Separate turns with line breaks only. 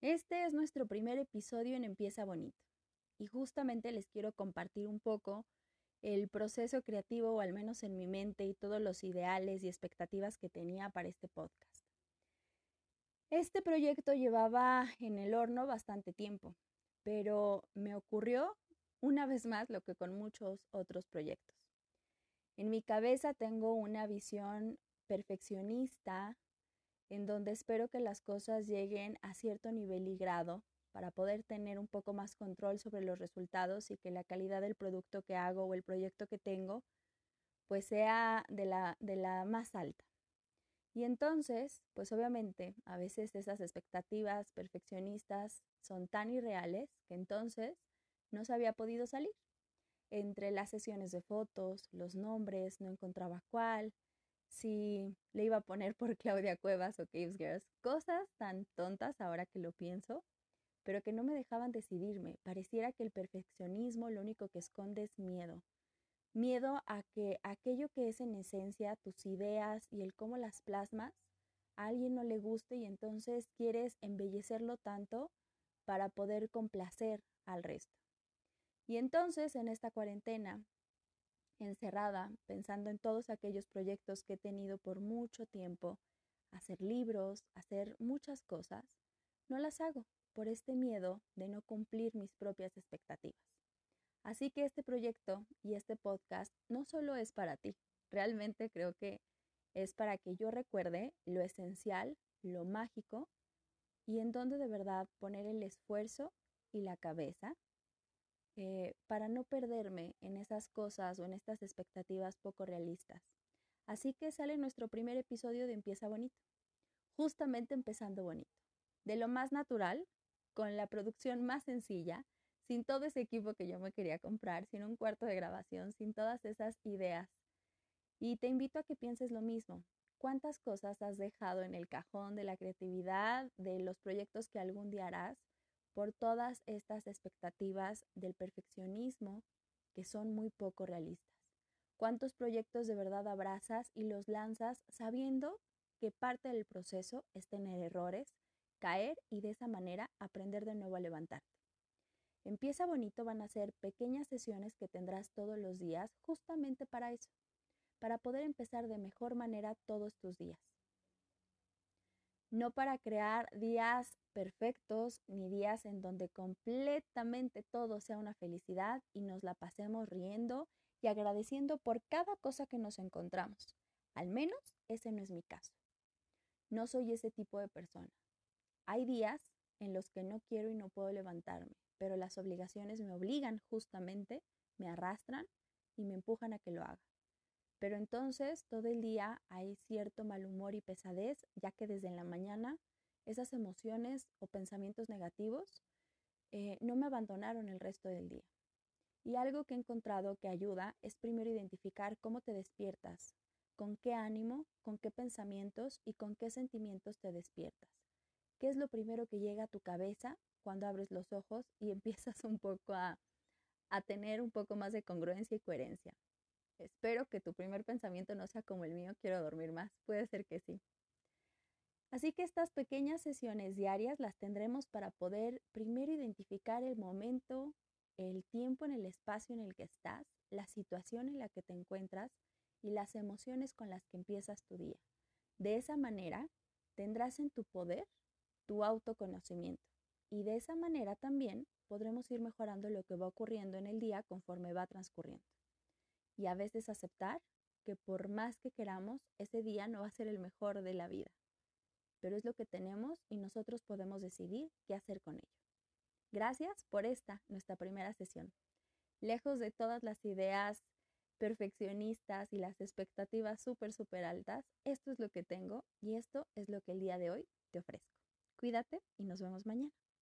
Este es nuestro primer episodio en Empieza Bonito y justamente les quiero compartir un poco el proceso creativo, o al menos en mi mente, y todos los ideales y expectativas que tenía para este podcast. Este proyecto llevaba en el horno bastante tiempo, pero me ocurrió una vez más lo que con muchos otros proyectos. En mi cabeza tengo una visión perfeccionista en donde espero que las cosas lleguen a cierto nivel y grado para poder tener un poco más control sobre los resultados y que la calidad del producto que hago o el proyecto que tengo pues sea de la más alta. Y entonces, pues obviamente, a veces esas expectativas perfeccionistas son tan irreales que entonces no se había podido salir. Entre las sesiones de fotos, los nombres, no encontraba cuál, si le iba a poner por Claudia Cuevas o Caves Girls, cosas tan tontas ahora que lo pienso, pero que no me dejaban decidirme. Pareciera que el perfeccionismo lo único que esconde es miedo. Miedo a que aquello que es en esencia, tus ideas y el cómo las plasmas, a alguien no le guste y entonces quieres embellecerlo tanto para poder complacer al resto. Y entonces en esta cuarentena, encerrada, pensando en todos aquellos proyectos que he tenido por mucho tiempo, hacer libros, hacer muchas cosas, no las hago por este miedo de no cumplir mis propias expectativas. Así que este proyecto y este podcast no solo es para ti, realmente creo que es para que yo recuerde lo esencial, lo mágico y en donde de verdad poner el esfuerzo y la cabeza para no perderme en esas cosas o en estas expectativas poco realistas. Así que sale nuestro primer episodio de Empieza Bonito, justamente empezando bonito, de lo más natural, con la producción más sencilla, sin todo ese equipo que yo me quería comprar, sin un cuarto de grabación, sin todas esas ideas. Y te invito a que pienses lo mismo. ¿Cuántas cosas has dejado en el cajón de la creatividad, de los proyectos que algún día harás, por todas estas expectativas del perfeccionismo que son muy poco realistas? ¿Cuántos proyectos de verdad abrazas y los lanzas sabiendo que parte del proceso es tener errores, caer y de esa manera aprender de nuevo a levantarte? Empieza Bonito van a ser pequeñas sesiones que tendrás todos los días justamente para eso, para poder empezar de mejor manera todos tus días. No para crear días perfectos ni días en donde completamente todo sea una felicidad y nos la pasemos riendo y agradeciendo por cada cosa que nos encontramos. Al menos ese no es mi caso. No soy ese tipo de persona. Hay días en los que no quiero y no puedo levantarme, pero las obligaciones me obligan justamente, me arrastran y me empujan a que lo haga. Pero entonces todo el día hay cierto mal humor y pesadez, ya que desde la mañana esas emociones o pensamientos negativos no me abandonaron el resto del día. Y algo que he encontrado que ayuda es primero identificar cómo te despiertas, con qué ánimo, con qué pensamientos y con qué sentimientos te despiertas. ¿Qué es lo primero que llega a tu cabeza cuando abres los ojos y empiezas un poco a tener un poco más de congruencia y coherencia? Espero que tu primer pensamiento no sea como el mío, quiero dormir más. Puede ser que sí. Así que estas pequeñas sesiones diarias las tendremos para poder primero identificar el momento, el tiempo en el espacio en el que estás, la situación en la que te encuentras y las emociones con las que empiezas tu día. De esa manera tendrás en tu poder tu autoconocimiento y de esa manera también podremos ir mejorando lo que va ocurriendo en el día conforme va transcurriendo. Y a veces aceptar que por más que queramos, ese día no va a ser el mejor de la vida, pero es lo que tenemos y nosotros podemos decidir qué hacer con ello. Gracias por esta, nuestra primera sesión. Lejos de todas las ideas perfeccionistas y las expectativas súper altas, esto es lo que tengo y esto es lo que el día de hoy te ofrezco. Cuídate y nos vemos mañana.